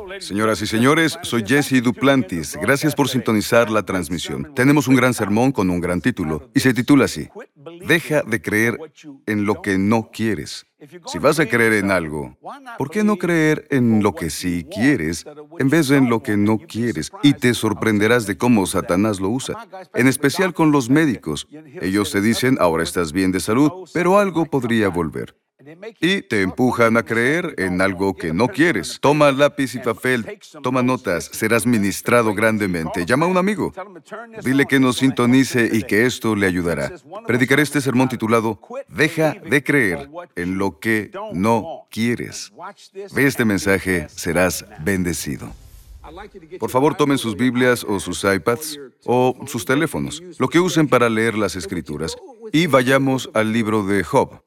Señoras y señores, soy Jesse Duplantis. Gracias por sintonizar la transmisión. Tenemos un gran sermón con un gran título, y se titula así: Deja de creer en lo que no quieres. Si vas a creer en algo, ¿por qué no creer en lo que sí quieres en vez de en lo que no quieres? Y te sorprenderás de cómo Satanás lo usa, en especial con los médicos. Ellos te dicen, ahora estás bien de salud, pero algo podría volver. Y te empujan a creer en algo que no quieres. Toma lápiz y papel, toma notas, serás ministrado grandemente. Llama a un amigo, dile que nos sintonice y que esto le ayudará. Predicaré este sermón titulado, Deja de creer en lo que no quieres. Ve este mensaje, serás bendecido. Por favor, tomen sus Biblias o sus iPads o sus teléfonos, lo que usen para leer las Escrituras, y vayamos al libro de Job,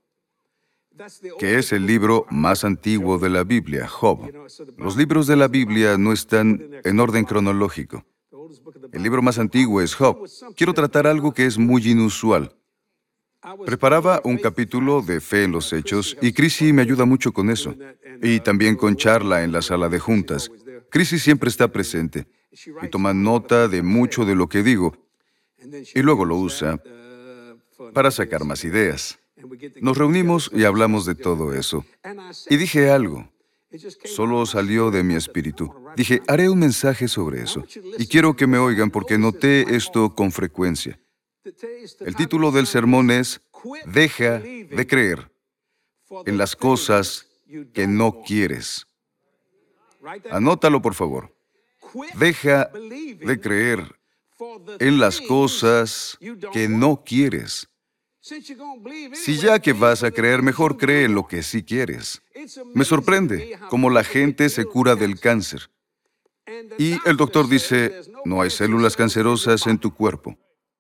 que es el libro más antiguo de la Biblia, Job. Los libros de la Biblia no están en orden cronológico. El libro más antiguo es Job. Quiero tratar algo que es muy inusual. Preparaba un capítulo de Fe en los Hechos, y Chrissy me ayuda mucho con eso. Y también con charla en la sala de juntas. Chrissy siempre está presente y toma nota de mucho de lo que digo, y luego lo usa para sacar más ideas. Nos reunimos y hablamos de todo eso. Y dije algo. Solo salió de mi espíritu. Dije, haré un mensaje sobre eso. Y quiero que me oigan porque noté esto con frecuencia. El título del sermón es, Deja de creer en las cosas que no quieres. Anótalo, por favor. Deja de creer en las cosas que no quieres. Si ya que vas a creer, mejor cree en lo que sí quieres. Me sorprende cómo la gente se cura del cáncer. Y el doctor dice, no hay células cancerosas en tu cuerpo.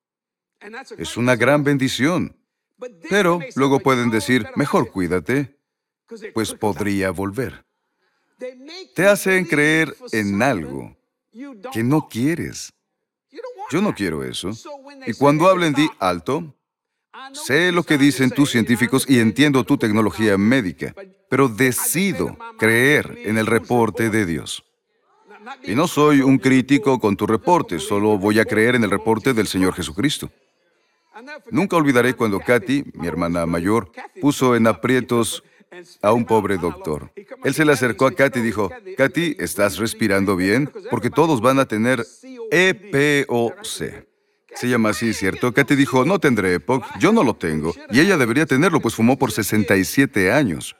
Es una gran bendición. Pero luego pueden decir, mejor cuídate, pues podría volver. Te hacen creer en algo que no quieres. Yo no quiero eso. Y cuando hablen, di alto. Sé lo que dicen tus científicos y entiendo tu tecnología médica, pero decido creer en el reporte de Dios. Y no soy un crítico con tu reporte, solo voy a creer en el reporte del Señor Jesucristo. Nunca olvidaré cuando Kathy, mi hermana mayor, puso en aprietos a un pobre doctor. Él se le acercó a Kathy y dijo, Kathy, ¿estás respirando bien? Porque todos van a tener EPOC. Se llama así, ¿cierto? Kathy dijo, no tendré EPOC, yo no lo tengo. Y ella debería tenerlo, pues fumó por 67 años.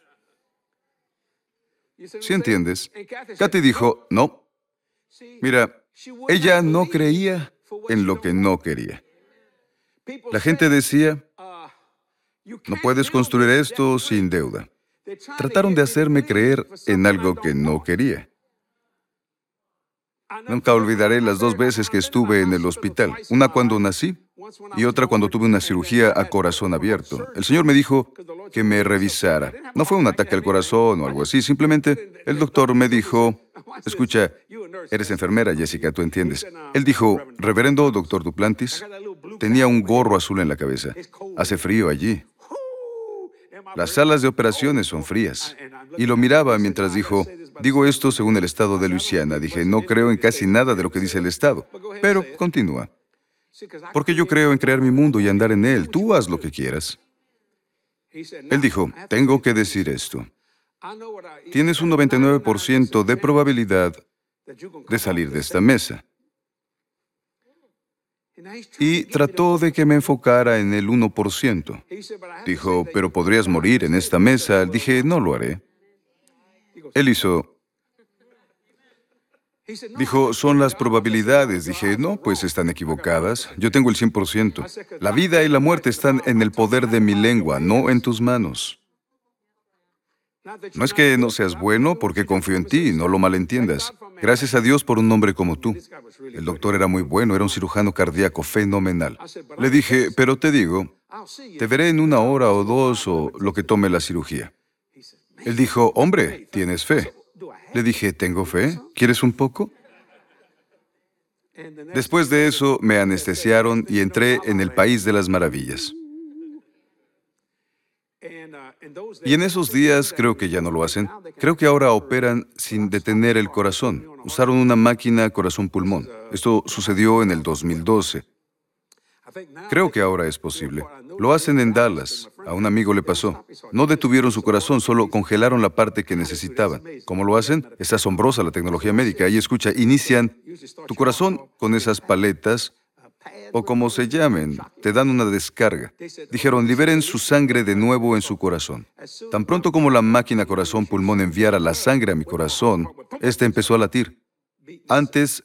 ¿Sí entiendes? Kathy dijo, no. Mira, ella no creía en lo que no quería. La gente decía, no puedes construir esto sin deuda. Trataron de hacerme creer en algo que no quería. Nunca olvidaré las 2 veces que estuve en el hospital, una cuando nací y otra cuando tuve una cirugía a corazón abierto. El Señor me dijo que me revisara. No fue un ataque al corazón o algo así, simplemente el doctor me dijo, escucha, eres enfermera, Jessica, tú entiendes. Él dijo, reverendo doctor Duplantis, tenía un gorro azul en la cabeza. Hace frío allí. Las salas de operaciones son frías. Y lo miraba mientras dijo, digo esto según el estado de Luisiana. Dije, no creo en casi nada de lo que dice el estado. Pero continúa. Porque yo creo en crear mi mundo y andar en él. Tú haz lo que quieras. Él dijo, tengo que decir esto. Tienes un 99% de probabilidad de salir de esta mesa. Y trató de que me enfocara en el 1%. Dijo, pero podrías morir en esta mesa. Dije, no lo haré. Él dijo, son las probabilidades. Dije, no, pues están equivocadas. Yo tengo el 100%. La vida y la muerte están en el poder de mi lengua, no en tus manos. No es que no seas bueno, porque confío en ti, no lo malentiendas. Gracias a Dios por un hombre como tú. El doctor era muy bueno, era un cirujano cardíaco fenomenal. Le dije, pero te digo, te veré en 1 hora o 2 o lo que tome la cirugía. Él dijo, hombre, ¿tienes fe? Le dije, ¿tengo fe? ¿Quieres un poco? Después de eso, me anestesiaron y entré en el país de las maravillas. Y en esos días creo que ya no lo hacen. Creo que ahora operan sin detener el corazón. Usaron una máquina corazón-pulmón. Esto sucedió en el 2012. Creo que ahora es posible. Lo hacen en Dallas. A un amigo le pasó. No detuvieron su corazón, solo congelaron la parte que necesitaban. ¿Cómo lo hacen? Es asombrosa la tecnología médica. Ahí escucha, inician tu corazón con esas paletas, o como se llamen, te dan una descarga. Dijeron, liberen su sangre de nuevo en su corazón. Tan pronto como la máquina corazón-pulmón enviara la sangre a mi corazón, este empezó a latir. Antes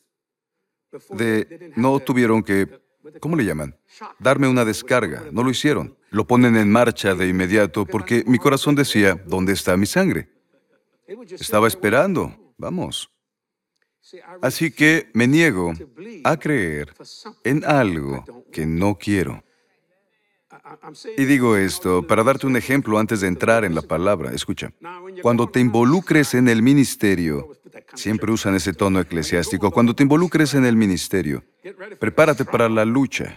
no tuvieron que, ¿cómo le llaman? Darme una descarga. No lo hicieron. Lo ponen en marcha de inmediato porque mi corazón decía, ¿dónde está mi sangre? Estaba esperando. Vamos. Así que me niego a creer en algo que no quiero. Y digo esto para darte un ejemplo antes de entrar en la palabra. Escucha, cuando te involucres en el ministerio, siempre usan ese tono eclesiástico, cuando te involucres en el ministerio, prepárate para la lucha.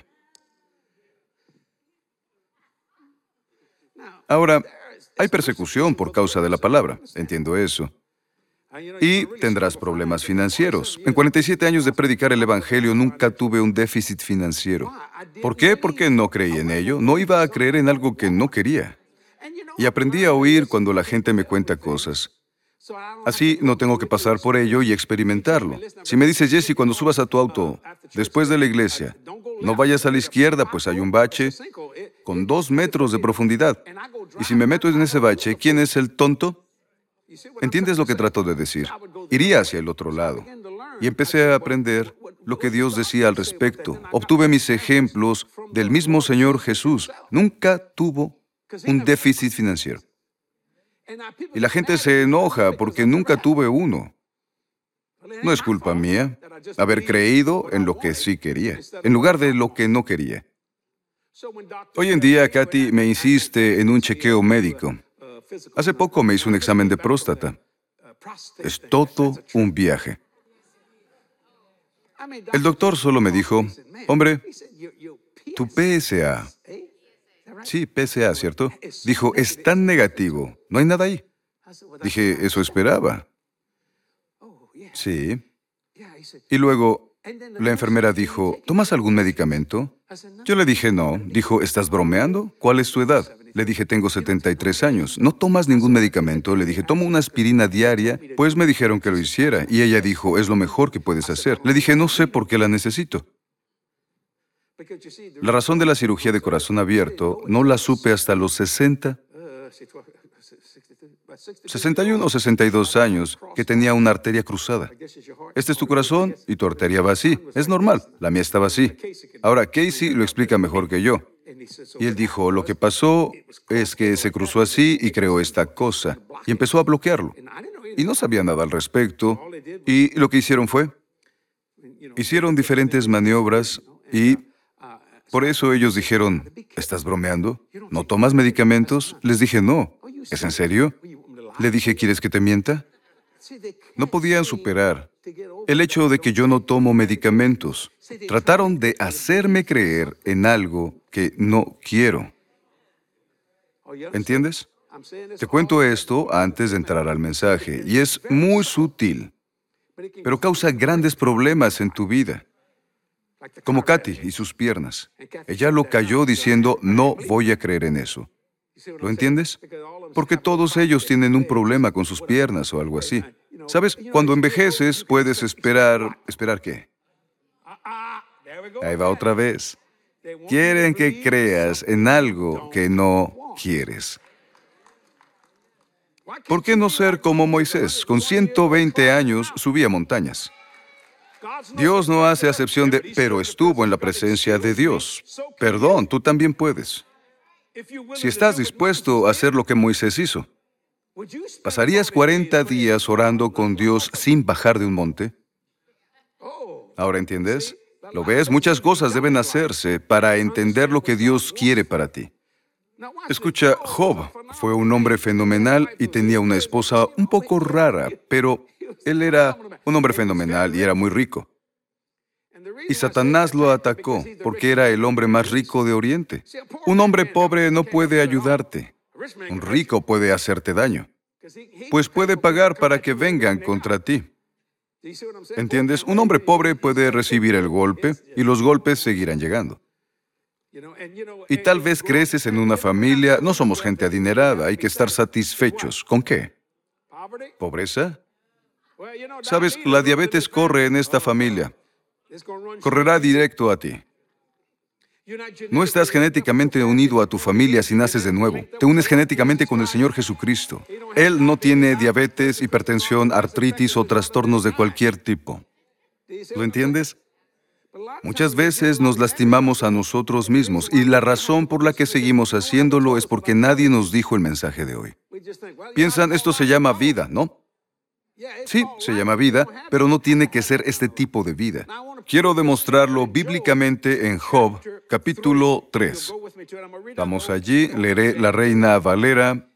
Ahora, hay persecución por causa de la palabra, entiendo eso. Y tendrás problemas financieros. En 47 años de predicar el Evangelio nunca tuve un déficit financiero. ¿Por qué? Porque no creí en ello. No iba a creer en algo que no quería. Y aprendí a oír cuando la gente me cuenta cosas. Así no tengo que pasar por ello y experimentarlo. Si me dices, Jesse, cuando subas a tu auto, después de la iglesia, no vayas a la izquierda, pues hay un bache con 2 metros de profundidad. Y si me meto en ese bache, ¿quién es el tonto? ¿Entiendes lo que trato de decir? Iría hacia el otro lado. Y empecé a aprender lo que Dios decía al respecto. Obtuve mis ejemplos del mismo Señor Jesús. Nunca tuvo un déficit financiero. Y la gente se enoja porque nunca tuve uno. No es culpa mía haber creído en lo que sí quería, en lugar de lo que no quería. Hoy en día, Katy me insiste en un chequeo médico. Hace poco me hizo un examen de próstata. Es todo un viaje. El doctor solo me dijo, hombre, tu PSA, sí, PSA, ¿cierto? Dijo, es tan negativo, no hay nada ahí. Dije, eso esperaba. Sí. Y luego la enfermera dijo, ¿tomas algún medicamento? Yo le dije, no. Dijo, ¿estás bromeando? ¿Cuál es tu edad? Le dije, tengo 73 años. ¿No tomas ningún medicamento? Le dije, tomo una aspirina diaria. Pues me dijeron que lo hiciera. Y ella dijo, es lo mejor que puedes hacer. Le dije, no sé por qué la necesito. La razón de la cirugía de corazón abierto no la supe hasta los 61 o 62 años, que tenía una arteria cruzada. Este es tu corazón y tu arteria va así. Es normal, la mía estaba así. Ahora, Casey lo explica mejor que yo. Y él dijo, lo que pasó es que se cruzó así y creó esta cosa. Y empezó a bloquearlo. Y no sabía nada al respecto. Y lo que hicieron hicieron diferentes maniobras y por eso ellos dijeron, ¿estás bromeando? ¿No tomas medicamentos? Les dije, no. ¿Es en serio? Le dije, ¿quieres que te mienta? No podían superar el hecho de que yo no tomo medicamentos. Trataron de hacerme creer en algo que no quiero. ¿Entiendes? Te cuento esto antes de entrar al mensaje, y es muy sutil, pero causa grandes problemas en tu vida. Como Katy y sus piernas. Ella lo cayó diciendo, no voy a creer en eso. ¿Lo entiendes? Porque todos ellos tienen un problema con sus piernas o algo así. ¿Sabes? Cuando envejeces, puedes esperar... ¿Esperar qué? Ahí va otra vez. Quieren que creas en algo que no quieres. ¿Por qué no ser como Moisés? Con 120 años subía montañas. Dios no hace acepción de, pero estuvo en la presencia de Dios. Perdón, tú también puedes. Si estás dispuesto a hacer lo que Moisés hizo, ¿pasarías 40 días orando con Dios sin bajar de un monte? ¿Ahora entiendes? ¿Lo ves? Muchas cosas deben hacerse para entender lo que Dios quiere para ti. Escucha, Job fue un hombre fenomenal y tenía una esposa un poco rara, pero él era un hombre fenomenal y era muy rico. Y Satanás lo atacó porque era el hombre más rico de Oriente. Un hombre pobre no puede ayudarte. Un rico puede hacerte daño, pues puede pagar para que vengan contra ti. ¿Entiendes? Un hombre pobre puede recibir el golpe y los golpes seguirán llegando. Y tal vez creces en una familia, no somos gente adinerada, hay que estar satisfechos. ¿Con qué? ¿Pobreza? Sabes, la diabetes corre en esta familia. Correrá directo a ti. No estás genéticamente unido a tu familia si naces de nuevo. Te unes genéticamente con el Señor Jesucristo. Él no tiene diabetes, hipertensión, artritis o trastornos de cualquier tipo. ¿Lo entiendes? Muchas veces nos lastimamos a nosotros mismos y la razón por la que seguimos haciéndolo es porque nadie nos dijo el mensaje de hoy. Piensan, esto se llama vida, ¿no? Sí, se llama vida, pero no tiene que ser este tipo de vida. Quiero demostrarlo bíblicamente en Job, capítulo 3. Vamos allí, leeré la Reina Valera.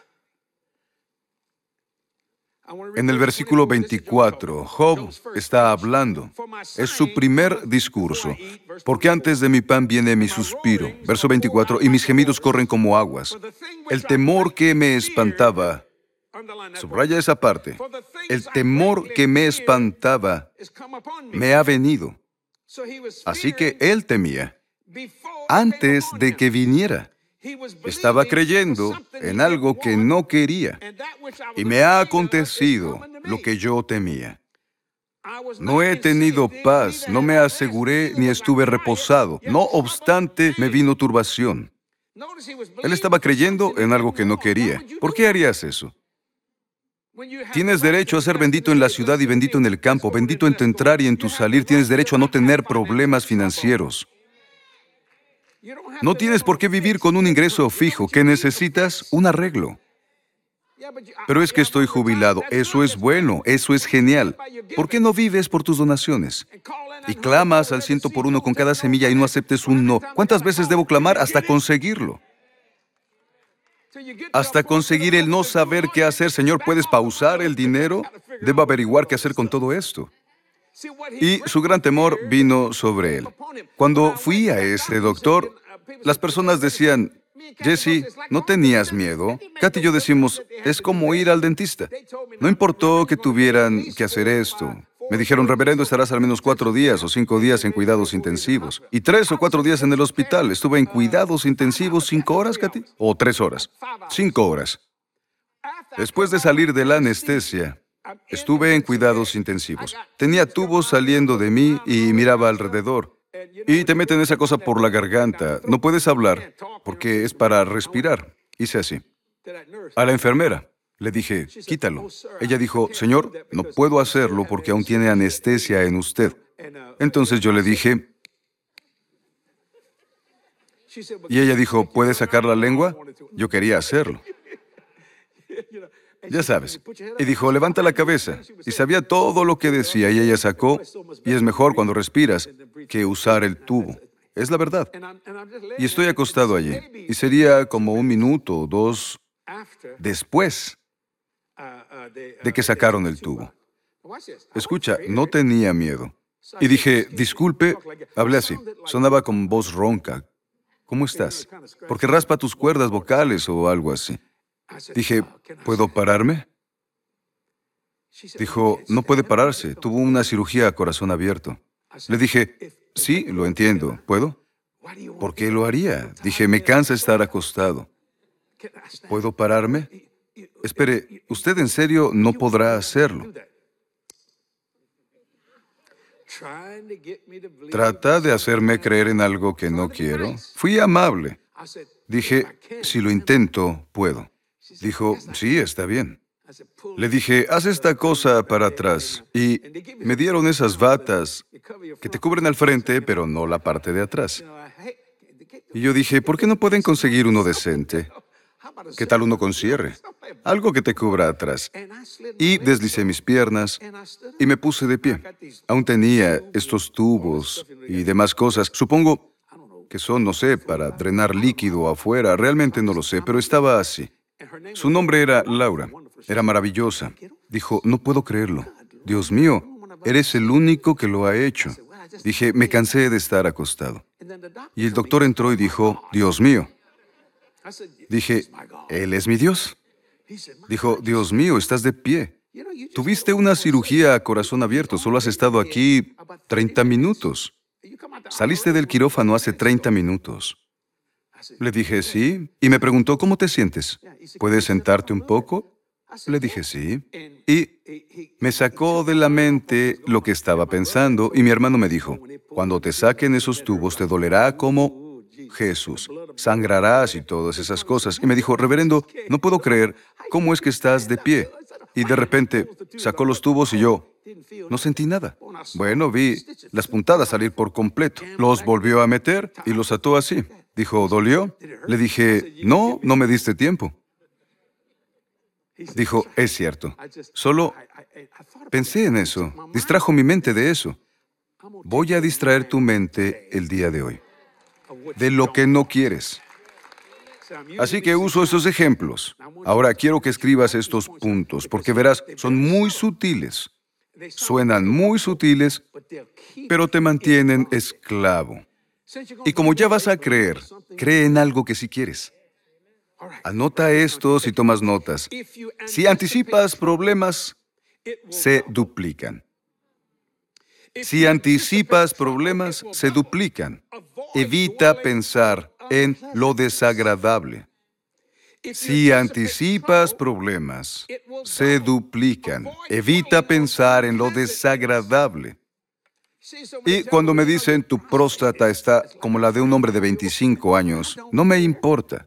En el versículo 24, Job está hablando. Es su primer discurso. Porque antes de mi pan viene mi suspiro. Verso 24, y mis gemidos corren como aguas. El temor que me espantaba. Subraya esa parte. El temor que me espantaba me ha venido. Así que él temía antes de que viniera. Estaba creyendo en algo que no quería. Y me ha acontecido lo que yo temía. No he tenido paz, no me aseguré ni estuve reposado. No obstante, me vino turbación. Él estaba creyendo en algo que no quería. ¿Por qué harías eso? Tienes derecho a ser bendito en la ciudad y bendito en el campo, bendito en tu entrar y en tu salir. Tienes derecho a no tener problemas financieros. No tienes por qué vivir con un ingreso fijo. ¿Qué necesitas? Un arreglo. Pero es que estoy jubilado. Eso es bueno, eso es genial. ¿Por qué no vives por tus donaciones? Y clamas al 100 por 1 con cada semilla y no aceptes un no. ¿Cuántas veces debo clamar hasta conseguirlo? Hasta conseguir el no saber qué hacer. Señor, ¿puedes pausar el dinero? Debo averiguar qué hacer con todo esto. Y su gran temor vino sobre él. Cuando fui a ese doctor, las personas decían, Jesse, ¿no tenías miedo? Katy y yo decimos, es como ir al dentista. No importó que tuvieran que hacer esto. Me dijeron, reverendo, estarás al menos 4 días o 5 días en cuidados intensivos. Y 3 o 4 días en el hospital. Estuve en cuidados intensivos 5 horas, Katy. ¿O 3 horas? 5 horas. Después de salir de la anestesia, estuve en cuidados intensivos. Tenía tubos saliendo de mí y miraba alrededor. Y te meten esa cosa por la garganta. No puedes hablar porque es para respirar. Hice así. A la enfermera le dije, quítalo. Ella dijo, Señor, no puedo hacerlo porque aún tiene anestesia en usted. Entonces yo le dije, y ella dijo, ¿puede sacar la lengua? Yo quería hacerlo. Ya sabes. Y dijo, levanta la cabeza. Y sabía todo lo que decía y ella sacó, y es mejor cuando respiras que usar el tubo. Es la verdad. Y estoy acostado allí. Y sería como 1 minuto o 2 después de que sacaron el tubo. Escucha, no tenía miedo. Y dije, disculpe, hablé así. Sonaba con voz ronca. ¿Cómo estás? Porque raspa tus cuerdas vocales o algo así. Dije, ¿puedo pararme? Dijo, no puede pararse. Tuvo una cirugía a corazón abierto. Le dije, sí, lo entiendo. ¿Puedo? ¿Por qué lo haría? Dije, me cansa estar acostado. ¿Puedo pararme? Espere, usted en serio no podrá hacerlo. Trata de hacerme creer en algo que no quiero. Fui amable. Dije, si lo intento, puedo. Dijo, sí, está bien. Le dije, haz esta cosa para atrás. Y me dieron esas batas que te cubren al frente, pero no la parte de atrás. Y yo dije, ¿por qué no pueden conseguir uno decente? ¿Qué tal uno con cierre? Algo que te cubra atrás. Y deslicé mis piernas y me puse de pie. Aún tenía estos tubos y demás cosas. Supongo que son, no sé, para drenar líquido afuera. Realmente no lo sé, pero estaba así. Su nombre era Laura. Era maravillosa. Dijo, no puedo creerlo. Dios mío, eres el único que lo ha hecho. Dije, me cansé de estar acostado. Y el doctor entró y dijo, Dios mío. Dije, Él es mi Dios. Dijo, Dios mío, estás de pie. Tuviste una cirugía a corazón abierto, solo has estado aquí 30 minutos. Saliste del quirófano hace 30 minutos. Le dije, sí, y me preguntó, ¿cómo te sientes? ¿Puedes sentarte un poco? Le dije, sí. Y me sacó de la mente lo que estaba pensando, y mi hermano me dijo, cuando te saquen esos tubos te dolerá como Jesús, sangrarás y todas esas cosas. Y me dijo, reverendo, no puedo creer, ¿cómo es que estás de pie? Y de repente sacó los tubos y yo no sentí nada. Bueno, vi las puntadas salir por completo. Los volvió a meter y los ató así. Dijo, ¿dolió? Le dije, no, no me diste tiempo. Dijo, es cierto. Solo pensé en eso. Distrajo mi mente de eso. Voy a distraer tu mente el día de hoy, de lo que no quieres. Así que uso esos ejemplos. Ahora quiero que escribas estos puntos, porque verás, son muy sutiles. Suenan muy sutiles, pero te mantienen esclavo. Y como ya vas a creer, cree en algo que sí quieres. Anota esto si tomas notas. Si anticipas problemas, se duplican. Si anticipas problemas, se duplican. Evita pensar en lo desagradable. Si anticipas problemas, se duplican. Evita pensar en lo desagradable. Y cuando me dicen tu próstata está como la de un hombre de 25 años, no me importa.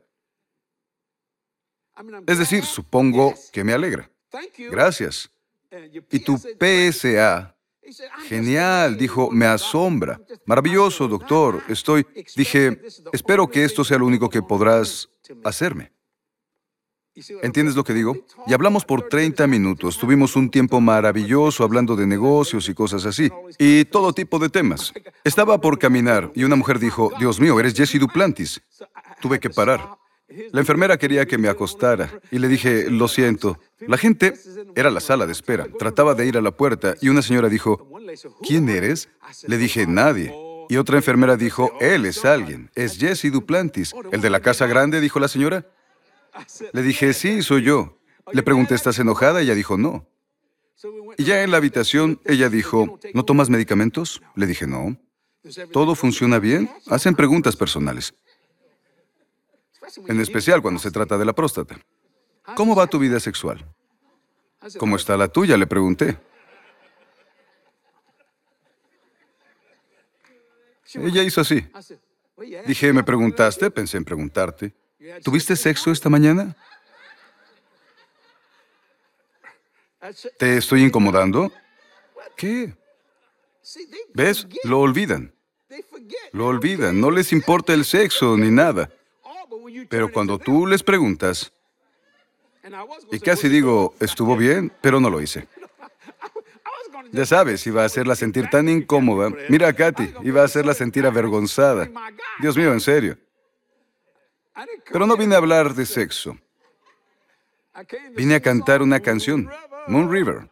Es decir, supongo que me alegra. Gracias. Y tu PSA, genial, dijo, me asombra. Maravilloso, doctor. Dije, espero que esto sea lo único que podrás hacerme. ¿Entiendes lo que digo? Y hablamos por 30 minutos. Tuvimos un tiempo maravilloso hablando de negocios y cosas así. Y todo tipo de temas. Estaba por caminar y una mujer dijo, Dios mío, eres Jesse Duplantis. Tuve que parar. La enfermera quería que me acostara y le dije, lo siento. La gente era la sala de espera. Trataba de ir a la puerta y una señora dijo, ¿quién eres? Le dije, nadie. Y otra enfermera dijo, él es alguien. Es Jesse Duplantis. ¿El de la casa grande? Dijo la señora. Le dije, sí, soy yo. Le pregunté, ¿estás enojada? Ella dijo, no. Y ya en la habitación, ella dijo, ¿no tomas medicamentos? Le dije, no. ¿Todo funciona bien? Hacen preguntas personales. En especial cuando se trata de la próstata. ¿Cómo va tu vida sexual? ¿Cómo está la tuya? Le pregunté. Ella hizo así. Dije, ¿me preguntaste? Pensé en preguntarte. ¿Tuviste sexo esta mañana? ¿Te estoy incomodando? ¿Qué? ¿Ves? Lo olvidan. Lo olvidan. No les importa el sexo ni nada. Pero cuando tú les preguntas, y casi digo, estuvo bien, pero no lo hice. Ya sabes, iba a hacerla sentir tan incómoda. Mira a Katy, iba a hacerla sentir avergonzada. Dios mío, en serio. Pero no vine a hablar de sexo. Vine a cantar una canción, Moon River.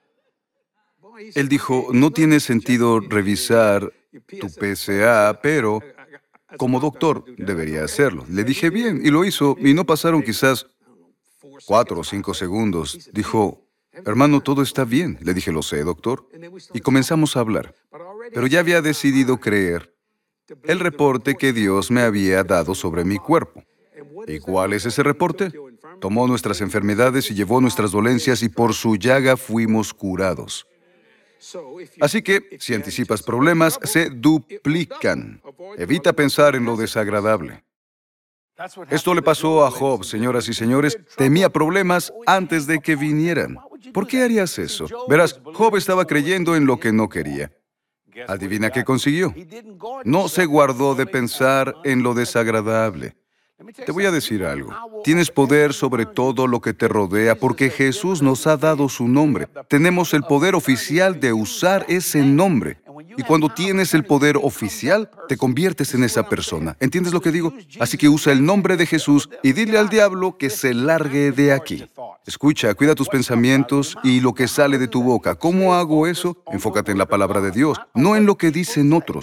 Él dijo, no tiene sentido revisar tu PSA, pero como doctor debería hacerlo. Le dije, bien, y lo hizo, y no pasaron quizás 4 o 5 segundos. Dijo, hermano, todo está bien. Le dije, lo sé, doctor. Y comenzamos a hablar. Pero ya había decidido creer el reporte que Dios me había dado sobre mi cuerpo. ¿Y cuál es ese reporte? Tomó nuestras enfermedades y llevó nuestras dolencias y por su llaga fuimos curados. Así que, si anticipas problemas, se duplican. Evita pensar en lo desagradable. Esto le pasó a Job, señoras y señores. Temía problemas antes de que vinieran. ¿Por qué harías eso? Verás, Job estaba creyendo en lo que no quería. Adivina qué consiguió. No se guardó de pensar en lo desagradable. Te voy a decir algo. Tienes poder sobre todo lo que te rodea porque Jesús nos ha dado su nombre. Tenemos el poder oficial de usar ese nombre. Y cuando tienes el poder oficial, te conviertes en esa persona. ¿Entiendes lo que digo? Así que usa el nombre de Jesús y dile al diablo que se largue de aquí. Escucha, cuida tus pensamientos y lo que sale de tu boca. ¿Cómo hago eso? Enfócate en la palabra de Dios, no en lo que dicen otros.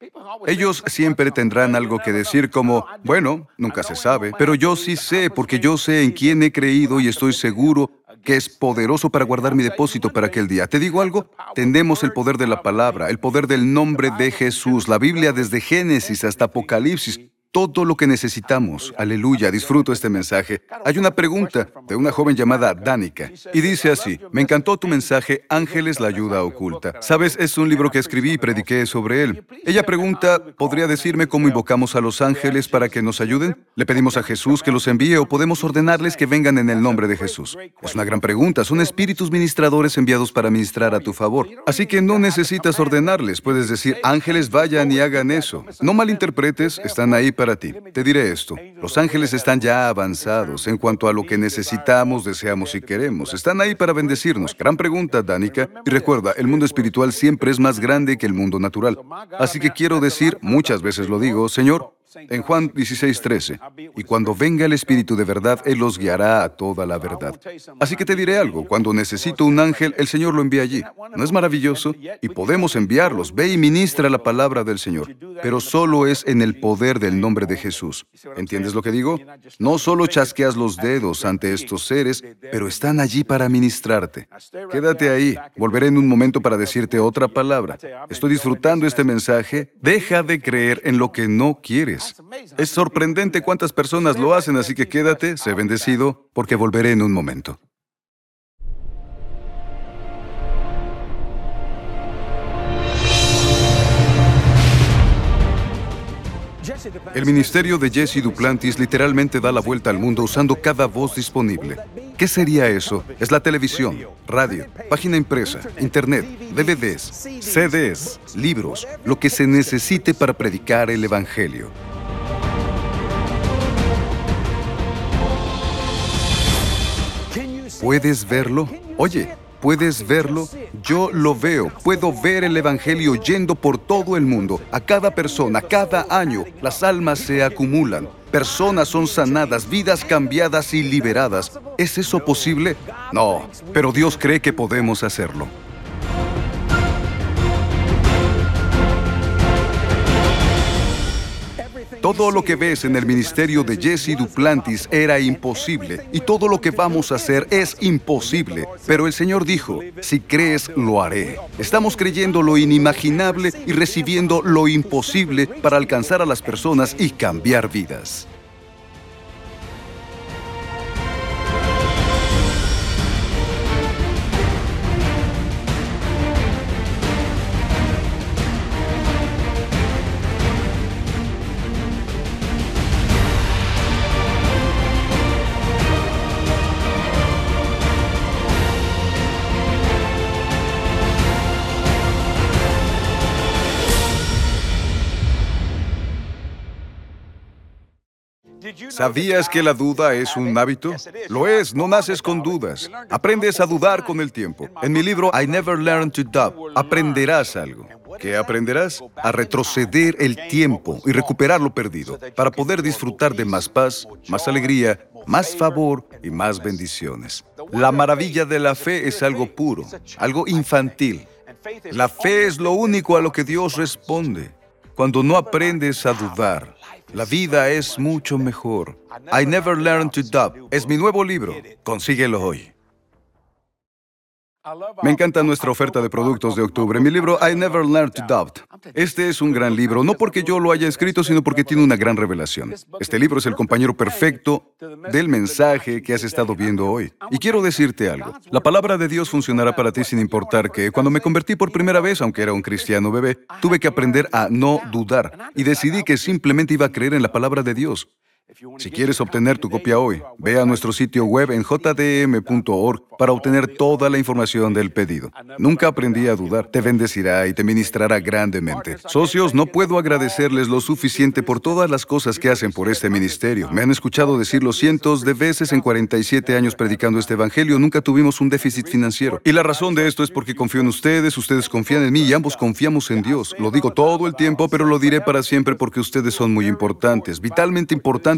Ellos siempre tendrán algo que decir como, bueno, nunca se sabe, pero yo sí sé porque yo sé en quién he creído y estoy seguro que es poderoso para guardar mi depósito para aquel día. ¿Te digo algo? Tenemos el poder de la palabra, el poder del nombre de Jesús, la Biblia desde Génesis hasta Apocalipsis. Todo lo que necesitamos. Aleluya, disfruto este mensaje. Hay una pregunta de una joven llamada Danica y dice así: me encantó tu mensaje, Ángeles, la ayuda oculta. Sabes, es un libro que escribí y prediqué sobre él. Ella pregunta, ¿podría decirme cómo invocamos a los ángeles para que nos ayuden? ¿Le pedimos a Jesús que los envíe o podemos ordenarles que vengan en el nombre de Jesús? Es una gran pregunta. Son espíritus ministradores enviados para ministrar a tu favor. Así que no necesitas ordenarles. Puedes decir, ángeles, vayan y hagan eso. No malinterpretes, están ahí para ti. Te diré esto. Los ángeles están ya avanzados en cuanto a lo que necesitamos, deseamos y queremos. Están ahí para bendecirnos. Gran pregunta, Danica. Y recuerda, el mundo espiritual siempre es más grande que el mundo natural. Así que quiero decir, muchas veces lo digo, Señor, en Juan 16:13, y cuando venga el Espíritu de verdad, Él los guiará a toda la verdad. Así que te diré algo, cuando necesito un ángel, el Señor lo envía allí. ¿No es maravilloso? Y podemos enviarlos. Ve y ministra la palabra del Señor. Pero solo es en el poder del nombre de Jesús. ¿Entiendes lo que digo? No solo chasqueas los dedos ante estos seres, pero están allí para ministrarte. Quédate ahí. Volveré en un momento para decirte otra palabra. Estoy disfrutando este mensaje. Deja de creer en lo que no quieres. Es sorprendente cuántas personas lo hacen, así que quédate, sé bendecido, porque volveré en un momento. El ministerio de Jesse Duplantis literalmente da la vuelta al mundo usando cada voz disponible. ¿Qué sería eso? Es la televisión, radio, página impresa, internet, DVDs, CDs, libros, lo que se necesite para predicar el Evangelio. ¿Puedes verlo? Oye, ¿puedes verlo? Yo lo veo. Puedo ver el Evangelio yendo por todo el mundo. A cada persona, cada año, las almas se acumulan. Personas son sanadas, vidas cambiadas y liberadas. ¿Es eso posible? No, pero Dios cree que podemos hacerlo. Todo lo que ves en el ministerio de Jesse Duplantis era imposible, y todo lo que vamos a hacer es imposible. Pero el Señor dijo, si crees, lo haré. Estamos creyendo lo inimaginable y recibiendo lo imposible para alcanzar a las personas y cambiar vidas. ¿Sabías que la duda es un hábito? Lo es, no naces con dudas. Aprendes a dudar con el tiempo. En mi libro, I Never Learned to Doubt, aprenderás algo. ¿Qué aprenderás? A retroceder el tiempo y recuperar lo perdido, para poder disfrutar de más paz, más alegría, más favor y más bendiciones. La maravilla de la fe es algo puro, algo infantil. La fe es lo único a lo que Dios responde. Cuando no aprendes a dudar, la vida es mucho mejor. I Never Learned to Doubt es mi nuevo libro. Consíguelo hoy. Me encanta nuestra oferta de productos de octubre. Mi libro, I Never Learned to Doubt. Este es un gran libro, no porque yo lo haya escrito, sino porque tiene una gran revelación. Este libro es el compañero perfecto del mensaje que has estado viendo hoy. Y quiero decirte algo. La palabra de Dios funcionará para ti sin importar que, cuando me convertí por primera vez, aunque era un cristiano bebé, tuve que aprender a no dudar. Y decidí que simplemente iba a creer en la palabra de Dios. Si quieres obtener tu copia hoy, ve a nuestro sitio web en jdm.org para obtener toda la información del pedido. Nunca aprendí a dudar. Te bendecirá y te ministrará grandemente. Socios, no puedo agradecerles lo suficiente por todas las cosas que hacen por este ministerio. Me han escuchado decirlo cientos de veces en 47 años predicando este evangelio. Nunca tuvimos un déficit financiero. Y la razón de esto es porque confío en ustedes confían en mí y ambos confiamos en Dios. Lo digo todo el tiempo, pero lo diré para siempre porque ustedes son muy importantes, vitalmente importantes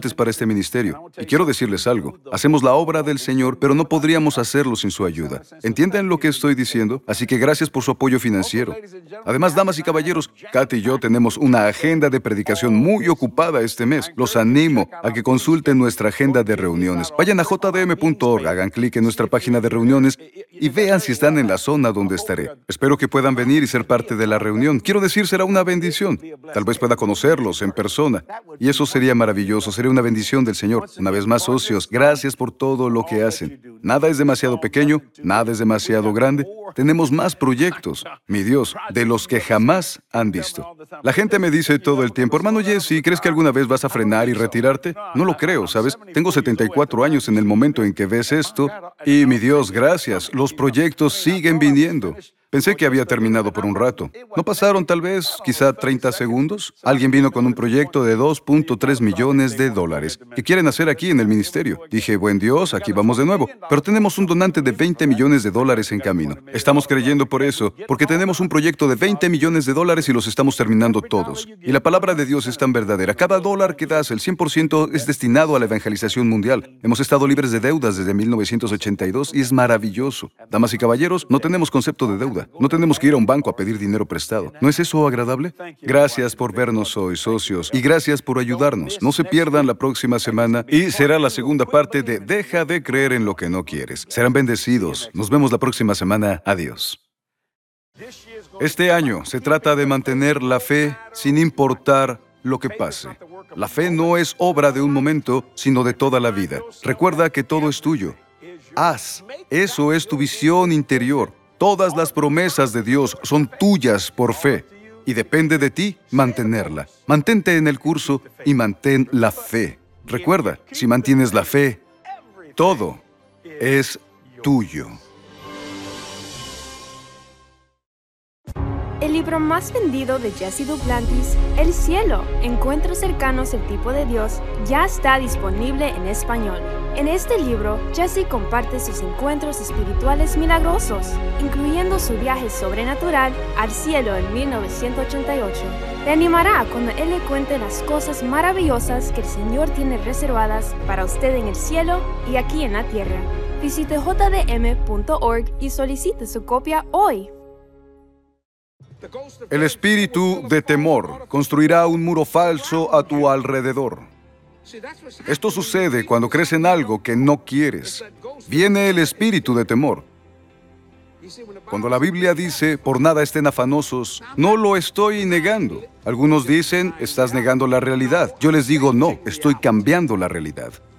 importantes para este ministerio. Y quiero decirles algo. Hacemos la obra del Señor, pero no podríamos hacerlo sin su ayuda. ¿Entienden lo que estoy diciendo? Así que gracias por su apoyo financiero. Además, damas y caballeros, Katy y yo tenemos una agenda de predicación muy ocupada este mes. Los animo a que consulten nuestra agenda de reuniones. Vayan a jdm.org, hagan clic en nuestra página de reuniones y vean si están en la zona donde estaré. Espero que puedan venir y ser parte de la reunión. Quiero decir, será una bendición. Tal vez pueda conocerlos en persona. Y eso sería maravilloso, sería una bendición del Señor. Una vez más, socios, gracias por todo lo que hacen. Nada es demasiado pequeño, nada es demasiado grande. Tenemos más proyectos, mi Dios, de los que jamás han visto. La gente me dice todo el tiempo, hermano Jesse, ¿crees que alguna vez vas a frenar y retirarte? No lo creo, ¿sabes? Tengo 74 años en el momento en que ves esto y, mi Dios, gracias, los proyectos siguen viniendo. Pensé que había terminado por un rato. ¿No pasaron tal vez, quizá 30 segundos? Alguien vino con un proyecto de $2.3 millones que quieren hacer aquí en el ministerio. Dije, buen Dios, aquí vamos de nuevo. Pero tenemos un donante de $20 millones en camino. Estamos creyendo por eso, porque tenemos un proyecto de $20 millones y los estamos terminando todos. Y la palabra de Dios es tan verdadera. Cada dólar que das, el 100% es destinado a la evangelización mundial. Hemos estado libres de deudas desde 1982 y es maravilloso. Damas y caballeros, no tenemos concepto de deuda. No tenemos que ir a un banco a pedir dinero prestado. ¿No es eso agradable? Gracias por vernos hoy, socios, y gracias por ayudarnos. No se pierdan la próxima semana y será la segunda parte de Deja de creer en lo que no quieres. Serán bendecidos. Nos vemos la próxima semana. Adiós. Este año se trata de mantener la fe sin importar lo que pase. La fe no es obra de un momento, sino de toda la vida. Recuerda que todo es tuyo. Haz. Eso es tu visión interior. Todas las promesas de Dios son tuyas por fe y depende de ti mantenerla. Mantente en el curso y mantén la fe. Recuerda, si mantienes la fe, todo es tuyo. El libro más vendido de Jesse Duplantis, El cielo, encuentros cercanos al tipo de Dios, ya está disponible en español. En este libro, Jesse comparte sus encuentros espirituales milagrosos, incluyendo su viaje sobrenatural al cielo en 1988. Te animará cuando él le cuente las cosas maravillosas que el Señor tiene reservadas para usted en el cielo y aquí en la tierra. Visite jdm.org y solicite su copia hoy. El espíritu de temor construirá un muro falso a tu alrededor. Esto sucede cuando crees en algo que no quieres. Viene el espíritu de temor. Cuando la Biblia dice, por nada estén afanosos, no lo estoy negando. Algunos dicen, estás negando la realidad. Yo les digo, no, estoy cambiando la realidad.